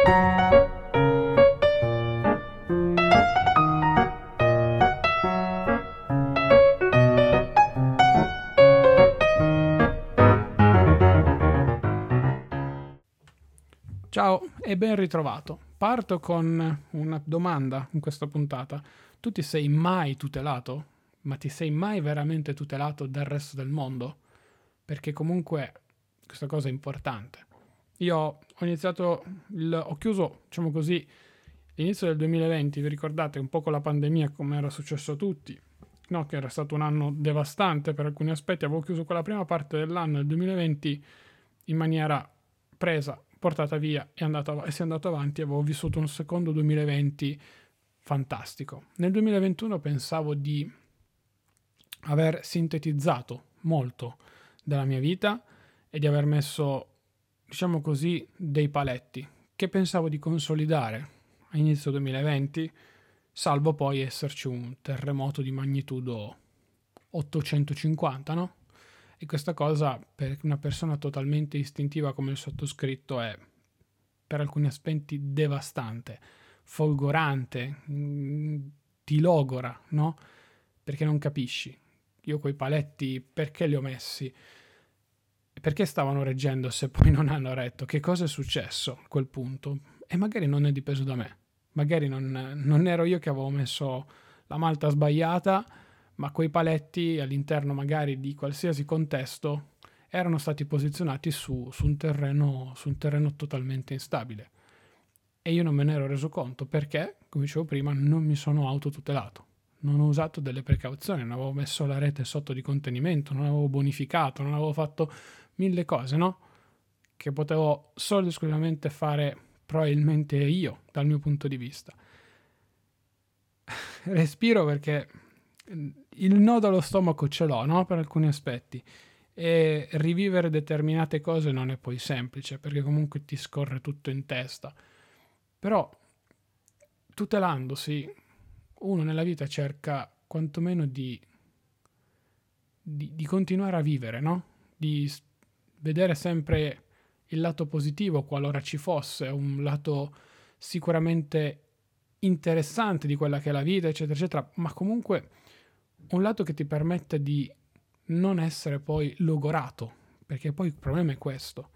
Ciao e ben ritrovato. Parto con una domanda in questa puntata. Tu ti sei mai tutelato? Ma ti sei mai veramente tutelato dal resto del mondo? Perché comunque questa cosa è importante. Io ho chiuso, diciamo così, l'inizio del 2020, vi ricordate un po' con la pandemia come era successo a tutti? No, che era stato un anno devastante per alcuni aspetti. Avevo chiuso quella prima parte dell'anno, il 2020, in maniera presa, portata via e si è andato avanti. Avevo vissuto un secondo 2020 fantastico. Nel 2021 pensavo di aver sintetizzato molto della mia vita e di aver messo, diciamo così, dei paletti che pensavo di consolidare a inizio 2020, salvo poi esserci un terremoto di magnitudo 850, no? E questa cosa per una persona totalmente istintiva come il sottoscritto è per alcuni aspetti devastante, folgorante, ti logora, no? Perché non capisci. Io quei paletti perché li ho messi? Perché stavano reggendo se poi non hanno retto? Che cosa è successo a quel punto? E magari non è dipeso da me. Magari non ero io che avevo messo la malta sbagliata, ma quei paletti all'interno magari di qualsiasi contesto erano stati posizionati su un terreno totalmente instabile. E io non me ne ero reso conto perché, come dicevo prima, non mi sono autotutelato. Non ho usato delle precauzioni, non avevo messo la rete sotto di contenimento, non avevo bonificato, non avevo fatto mille cose, no? Che potevo solo ed esclusivamente fare probabilmente io, dal mio punto di vista. Respiro perché il nodo allo stomaco ce l'ho, no? Per alcuni aspetti. E rivivere determinate cose non è poi semplice, perché comunque ti scorre tutto in testa. Però, tutelandosi, uno nella vita cerca quantomeno di continuare a vivere, no? Di vedere sempre il lato positivo, qualora ci fosse, un lato sicuramente interessante di quella che è la vita, eccetera, eccetera, ma comunque un lato che ti permette di non essere poi logorato, perché poi il problema è questo.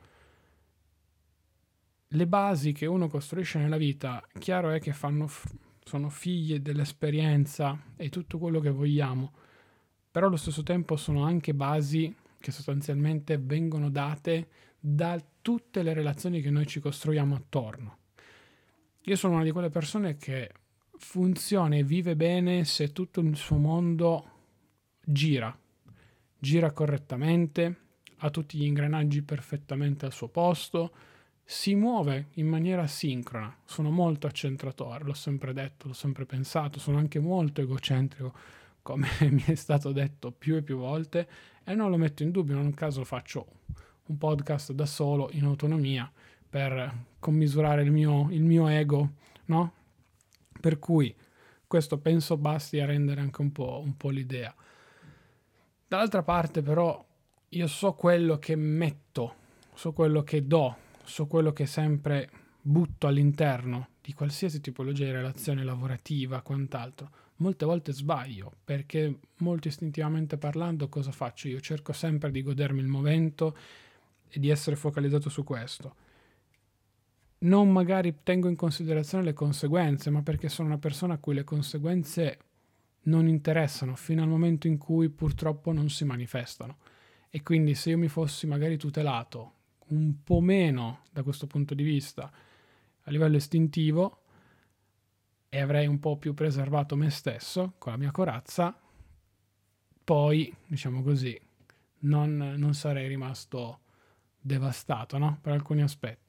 Le basi che uno costruisce nella vita, chiaro è che sono figlie dell'esperienza e tutto quello che vogliamo, però allo stesso tempo sono anche basi che sostanzialmente vengono date da tutte le relazioni che noi ci costruiamo attorno. Io sono una di quelle persone che funziona e vive bene se tutto il suo mondo gira correttamente, ha tutti gli ingranaggi perfettamente al suo posto, si muove in maniera sincrona. Sono molto accentratore, l'ho sempre detto, l'ho sempre pensato, sono anche molto egocentrico, come mi è stato detto più e più volte, e non lo metto in dubbio. In un caso faccio un podcast da solo in autonomia per commisurare il mio ego, no? Per cui questo penso basti a rendere anche un po' l'idea. Dall'altra parte però io so quello che metto, so quello che do, so quello che sempre butto all'interno di qualsiasi tipologia di relazione lavorativa, quant'altro. Molte volte sbaglio, perché molto istintivamente parlando cosa faccio? Io cerco sempre di godermi il momento e di essere focalizzato su questo. Non magari tengo in considerazione le conseguenze, ma perché sono una persona a cui le conseguenze non interessano fino al momento in cui purtroppo non si manifestano. E quindi se io mi fossi magari tutelato un po' meno da questo punto di vista a livello istintivo e avrei un po' più preservato me stesso con la mia corazza, poi, diciamo così, non sarei rimasto devastato, no? Per alcuni aspetti.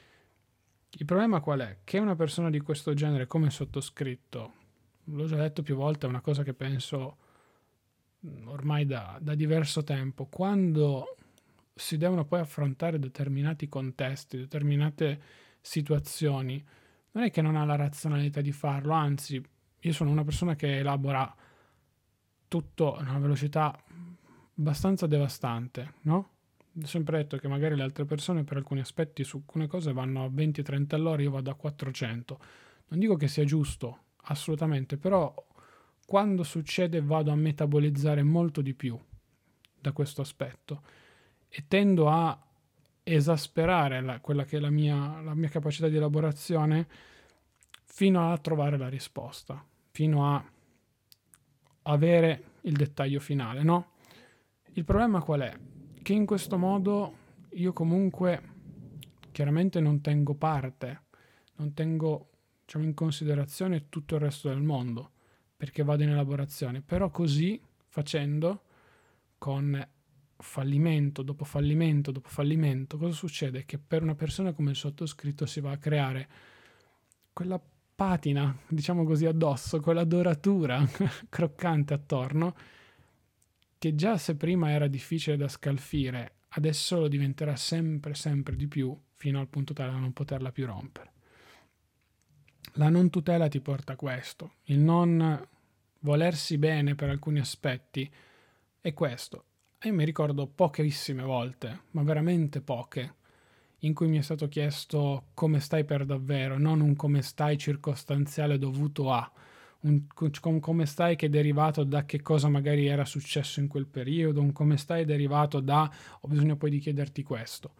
Il problema qual è? Che una persona di questo genere come sottoscritto, l'ho già detto più volte, è una cosa che penso ormai da diverso tempo, quando si devono poi affrontare determinati contesti, determinate situazioni, non è che non ha la razionalità di farlo, anzi, io sono una persona che elabora tutto a una velocità abbastanza devastante, no? Ho sempre detto che magari le altre persone per alcuni aspetti su alcune cose vanno a 20-30 all'ora, io vado a 400. Non dico che sia giusto, assolutamente, però quando succede vado a metabolizzare molto di più da questo aspetto e tendo a esasperare quella che è la mia capacità di elaborazione fino a trovare la risposta, fino a avere il dettaglio finale, no? Il problema qual è? Che in questo modo io comunque chiaramente non tengo parte, non tengo, diciamo, in considerazione tutto il resto del mondo, perché vado in elaborazione, però così facendo, con fallimento dopo fallimento dopo fallimento, cosa succede? Che per una persona come il sottoscritto si va a creare quella patina, diciamo così, addosso, quella doratura croccante attorno, che già se prima era difficile da scalfire, adesso lo diventerà sempre, sempre di più, fino al punto tale da non poterla più rompere. La non tutela ti porta a questo, il non volersi bene per alcuni aspetti è questo. Io mi ricordo pochissime volte, ma veramente poche, in cui mi è stato chiesto come stai per davvero, non un come stai circostanziale dovuto a, un come stai che è derivato da che cosa magari era successo in quel periodo, un come stai derivato da ho bisogno poi di chiederti questo.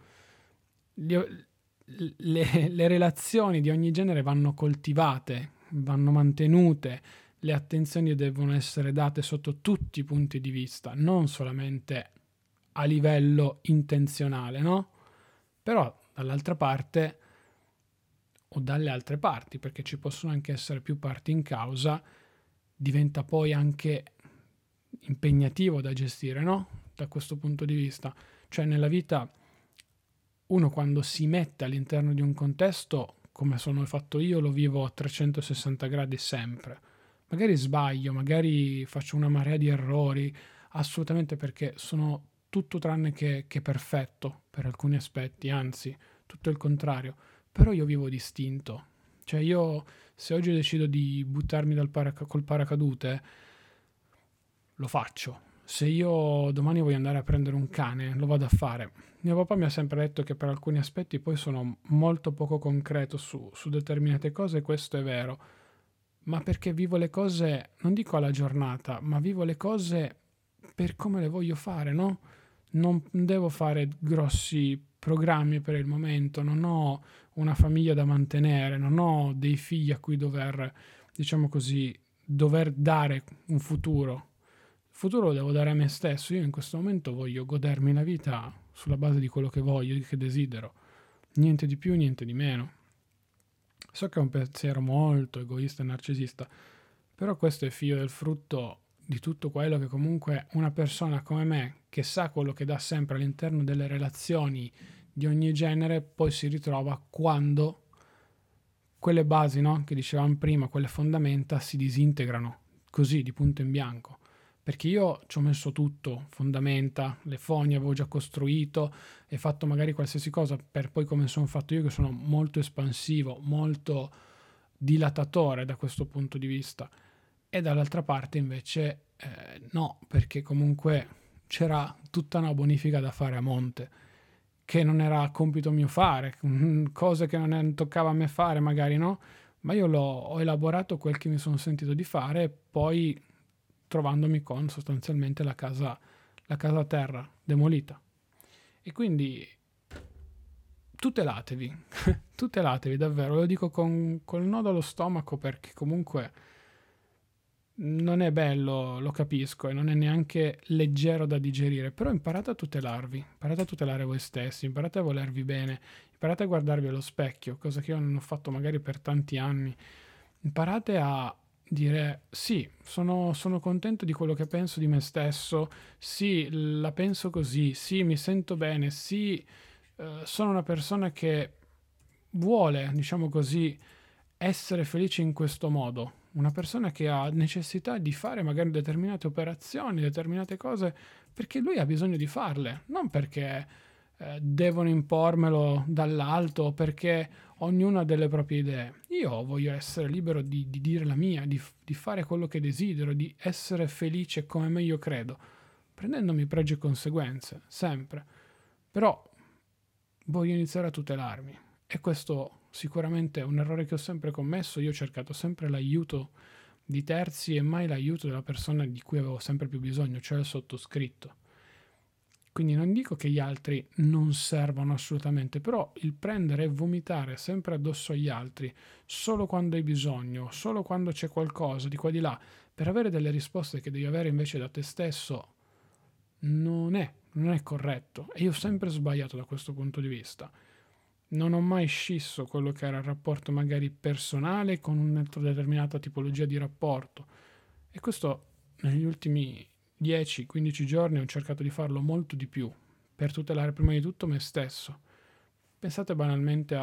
Le relazioni di ogni genere vanno coltivate, vanno mantenute, le attenzioni devono essere date sotto tutti i punti di vista, non solamente a livello intenzionale, no? Però dall'altra parte o dalle altre parti, perché ci possono anche essere più parti in causa, diventa poi anche impegnativo da gestire, no? Da questo punto di vista. Cioè nella vita uno quando si mette all'interno di un contesto, come sono fatto io, lo vivo a 360 gradi sempre. Magari sbaglio, magari faccio una marea di errori, assolutamente perché sono tutto tranne che perfetto per alcuni aspetti, anzi, tutto il contrario. Però io vivo distinto. Cioè io, se oggi decido di buttarmi col paracadute, lo faccio. Se io domani voglio andare a prendere un cane, lo vado a fare. Mio papà mi ha sempre detto che per alcuni aspetti poi sono molto poco concreto su determinate cose, e questo è vero. Ma perché vivo le cose, non dico alla giornata, ma vivo le cose per come le voglio fare, no? Non devo fare grossi programmi per il momento, non ho una famiglia da mantenere, non ho dei figli a cui dover, diciamo così, dover dare un futuro. Il futuro lo devo dare a me stesso. Io in questo momento voglio godermi la vita sulla base di quello che voglio, che desidero. Niente di più, niente di meno. So che è un pensiero molto egoista e narcisista, però questo è figlio del frutto di tutto quello che comunque una persona come me, che sa quello che dà sempre all'interno delle relazioni di ogni genere, poi si ritrova quando quelle basi, no, che dicevamo prima, quelle fondamenta si disintegrano, così di punto in bianco. Perché io ci ho messo tutto, fondamenta, le fogne avevo già costruito e fatto magari qualsiasi cosa, per poi come sono fatto io, che sono molto espansivo, molto dilatatore da questo punto di vista. E dall'altra parte invece no, perché comunque c'era tutta una bonifica da fare a monte, che non era compito mio fare, cose che non toccava a me fare magari, no? Ma io ho elaborato quel che mi sono sentito di fare e poi trovandomi con sostanzialmente la casa a terra demolita. E quindi tutelatevi, tutelatevi davvero, lo dico col nodo allo stomaco perché comunque non è bello, lo capisco, e non è neanche leggero da digerire, però imparate a tutelarvi, imparate a tutelare voi stessi, imparate a volervi bene, imparate a guardarvi allo specchio, cosa che io non ho fatto magari per tanti anni. Imparate a dire sì, sono contento di quello che penso di me stesso, sì, la penso così, sì, mi sento bene, sì, sono una persona che vuole, diciamo così, essere felice in questo modo. Una persona che ha necessità di fare magari determinate operazioni, determinate cose, perché lui ha bisogno di farle, non perché devono impormelo dall'alto, perché ognuno ha delle proprie idee. Io voglio essere libero di dire la mia, di fare quello che desidero, di essere felice come meglio credo, prendendomi pregi e conseguenze, sempre. Però voglio iniziare a tutelarmi e questo sicuramente è un errore che ho sempre commesso. Io ho cercato sempre l'aiuto di terzi e mai l'aiuto della persona di cui avevo sempre più bisogno, cioè il sottoscritto. Quindi non dico che gli altri non servono assolutamente, però il prendere e vomitare sempre addosso agli altri, solo quando hai bisogno, solo quando c'è qualcosa di qua di là, per avere delle risposte che devi avere invece da te stesso, non è corretto. E io ho sempre sbagliato da questo punto di vista. Non ho mai scisso quello che era il rapporto magari personale con una determinata tipologia di rapporto. E questo negli ultimi 10-15 giorni ho cercato di farlo molto di più, per tutelare prima di tutto me stesso. Pensate banalmente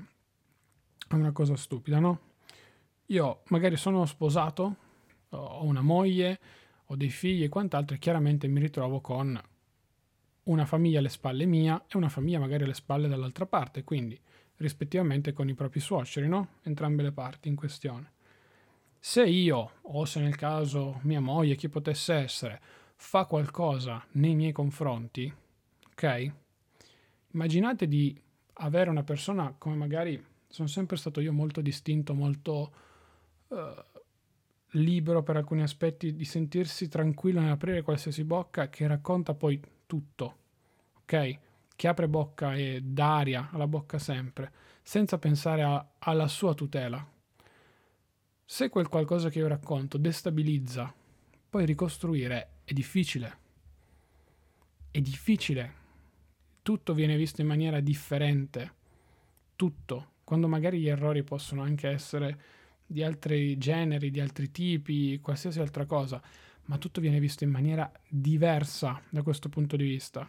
a una cosa stupida, no? Io magari sono sposato, ho una moglie, ho dei figli e quant'altro e chiaramente mi ritrovo con una famiglia alle spalle mia e una famiglia magari alle spalle dall'altra parte, quindi rispettivamente con i propri suoceri, no? Entrambe le parti in questione. Se io, o se nel caso mia moglie, chi potesse essere, fa qualcosa nei miei confronti, ok? Immaginate di avere una persona come magari sono sempre stato io molto distinto, molto eh, libero per alcuni aspetti, di sentirsi tranquillo nell'aprire qualsiasi bocca che racconta poi tutto, ok? Che apre bocca e dà aria alla bocca sempre, senza pensare alla sua tutela. Se quel qualcosa che io racconto destabilizza, poi ricostruire è difficile. È difficile. Tutto viene visto in maniera differente. Tutto. Quando magari gli errori possono anche essere di altri generi, di altri tipi, qualsiasi altra cosa, ma tutto viene visto in maniera diversa da questo punto di vista.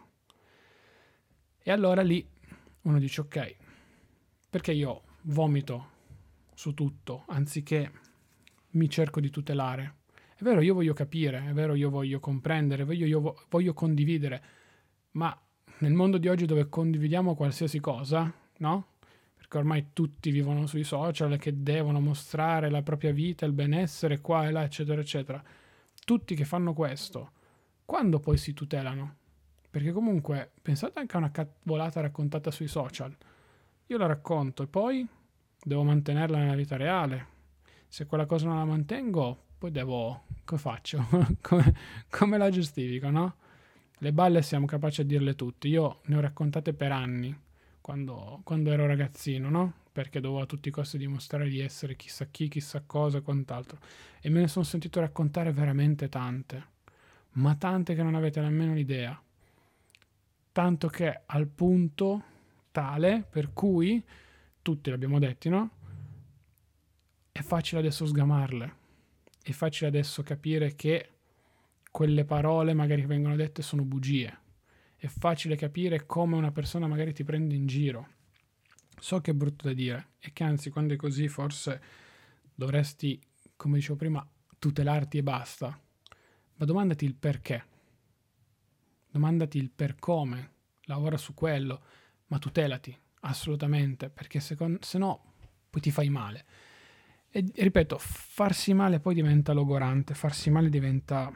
E allora lì uno dice ok, perché io vomito su tutto anziché mi cerco di tutelare? È vero, io voglio capire, è vero, io voglio comprendere, voglio condividere, ma nel mondo di oggi dove condividiamo qualsiasi cosa, no? Perché ormai tutti vivono sui social che devono mostrare la propria vita, il benessere qua e là, eccetera, eccetera. Tutti che fanno questo, quando poi si tutelano? Perché comunque pensate anche a una cavolata raccontata sui social. Io la racconto e poi devo mantenerla nella vita reale. Se quella cosa non la mantengo, poi devo... Come faccio? come la giustifico, no? Le balle siamo capaci a dirle tutte. Io ne ho raccontate per anni, quando ero ragazzino, no? Perché dovevo a tutti i costi dimostrare di essere chissà chi, chissà cosa e quant'altro. E me ne sono sentito raccontare veramente tante. Ma tante che non avete nemmeno l'idea. Tanto che al punto tale per cui, tutti l'abbiamo detti, no? È facile adesso sgamarle. È facile adesso capire che quelle parole magari che vengono dette sono bugie. È facile capire come una persona magari ti prende in giro. So che è brutto da dire e che anzi quando è così forse dovresti, come dicevo prima, tutelarti e basta. Ma domandati il perché. Domandati il per come. Lavora su quello, ma tutelati assolutamente, perché se no poi ti fai male. E ripeto, farsi male poi diventa logorante, farsi male diventa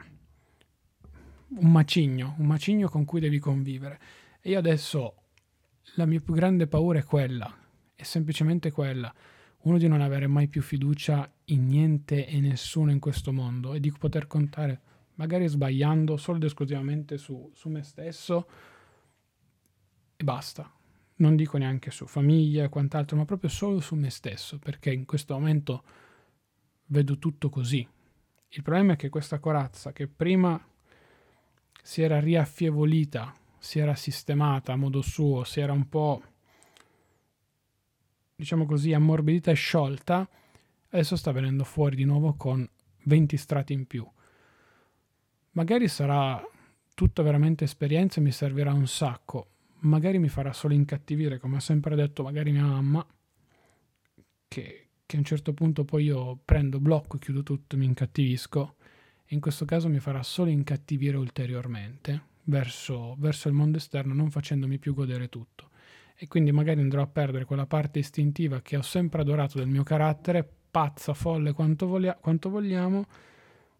un macigno con cui devi convivere. E io adesso la mia più grande paura è semplicemente quella, uno di non avere mai più fiducia in niente e nessuno in questo mondo e di poter contare, magari sbagliando, solo ed esclusivamente su me stesso e basta. Non dico neanche su famiglia e quant'altro, ma proprio solo su me stesso, perché in questo momento vedo tutto così. Il problema è che questa corazza che prima si era riaffievolita, si era sistemata a modo suo, si era un po', diciamo così, ammorbidita e sciolta, adesso sta venendo fuori di nuovo con 20 strati in più. Magari sarà tutta veramente esperienza e mi servirà un sacco, magari mi farà solo incattivire, come ha sempre detto magari mia mamma, che a un certo punto poi io prendo, blocco, chiudo tutto, mi incattivisco e in questo caso mi farà solo incattivire ulteriormente verso il mondo esterno, non facendomi più godere tutto. E quindi magari andrò a perdere quella parte istintiva che ho sempre adorato del mio carattere, pazza, folle, quanto vogliamo,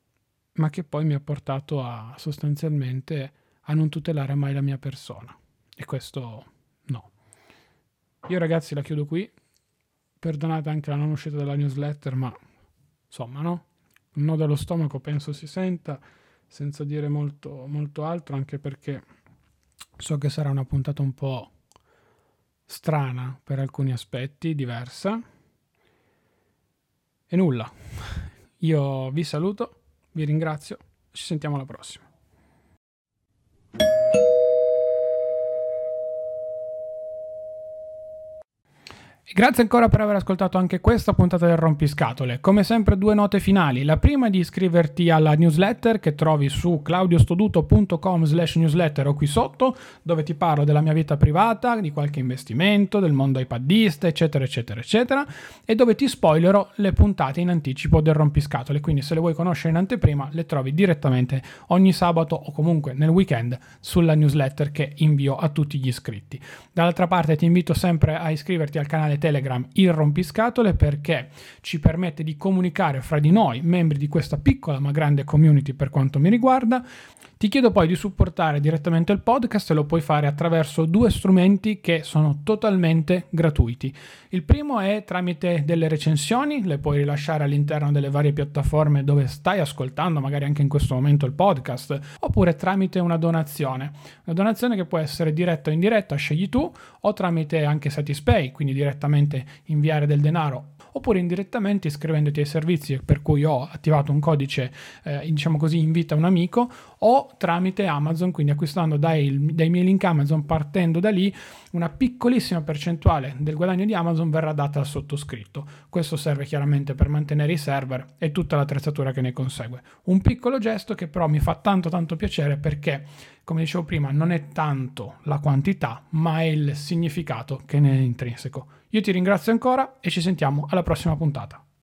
ma che poi mi ha portato a sostanzialmente a non tutelare mai la mia persona. E questo no. Io ragazzi la chiudo qui, perdonate anche la non uscita della newsletter, ma insomma, no? Un nodo allo stomaco penso si senta, senza dire molto, molto altro, anche perché so che sarà una puntata un po' strana per alcuni aspetti, diversa. E nulla, io vi saluto, vi ringrazio, ci sentiamo alla prossima. Grazie ancora per aver ascoltato anche questa puntata del Rompiscatole. Come sempre 2 note finali. La prima è di iscriverti alla newsletter che trovi su claudiostoduto.com/newsletter o qui sotto, dove ti parlo della mia vita privata, di qualche investimento, del mondo iPadista, eccetera, eccetera, eccetera, e dove ti spoilerò le puntate in anticipo del Rompiscatole. Quindi se le vuoi conoscere in anteprima, le trovi direttamente ogni sabato o comunque nel weekend sulla newsletter che invio a tutti gli iscritti. Dall'altra parte ti invito sempre a iscriverti al canale Telegram Il Rompiscatole, perché ci permette di comunicare fra di noi, membri di questa piccola ma grande community per quanto mi riguarda. Ti chiedo poi di supportare direttamente il podcast e lo puoi fare attraverso 2 strumenti che sono totalmente gratuiti. Il primo è tramite delle recensioni, le puoi rilasciare all'interno delle varie piattaforme dove stai ascoltando, magari anche in questo momento il podcast, oppure tramite una donazione che può essere diretta o indiretta, scegli tu, o tramite anche Satispay, quindi direttamente inviare del denaro, oppure indirettamente iscrivendoti ai servizi per cui ho attivato un codice, diciamo così, invita un amico, o tramite Amazon, quindi acquistando dai miei link Amazon, partendo da lì, una piccolissima percentuale del guadagno di Amazon verrà data al sottoscritto. Questo serve chiaramente per mantenere i server e tutta l'attrezzatura che ne consegue. Un piccolo gesto che però mi fa tanto tanto piacere, perché, come dicevo prima, non è tanto la quantità, ma è il significato che ne è intrinseco. Io ti ringrazio ancora e ci sentiamo alla prossima puntata.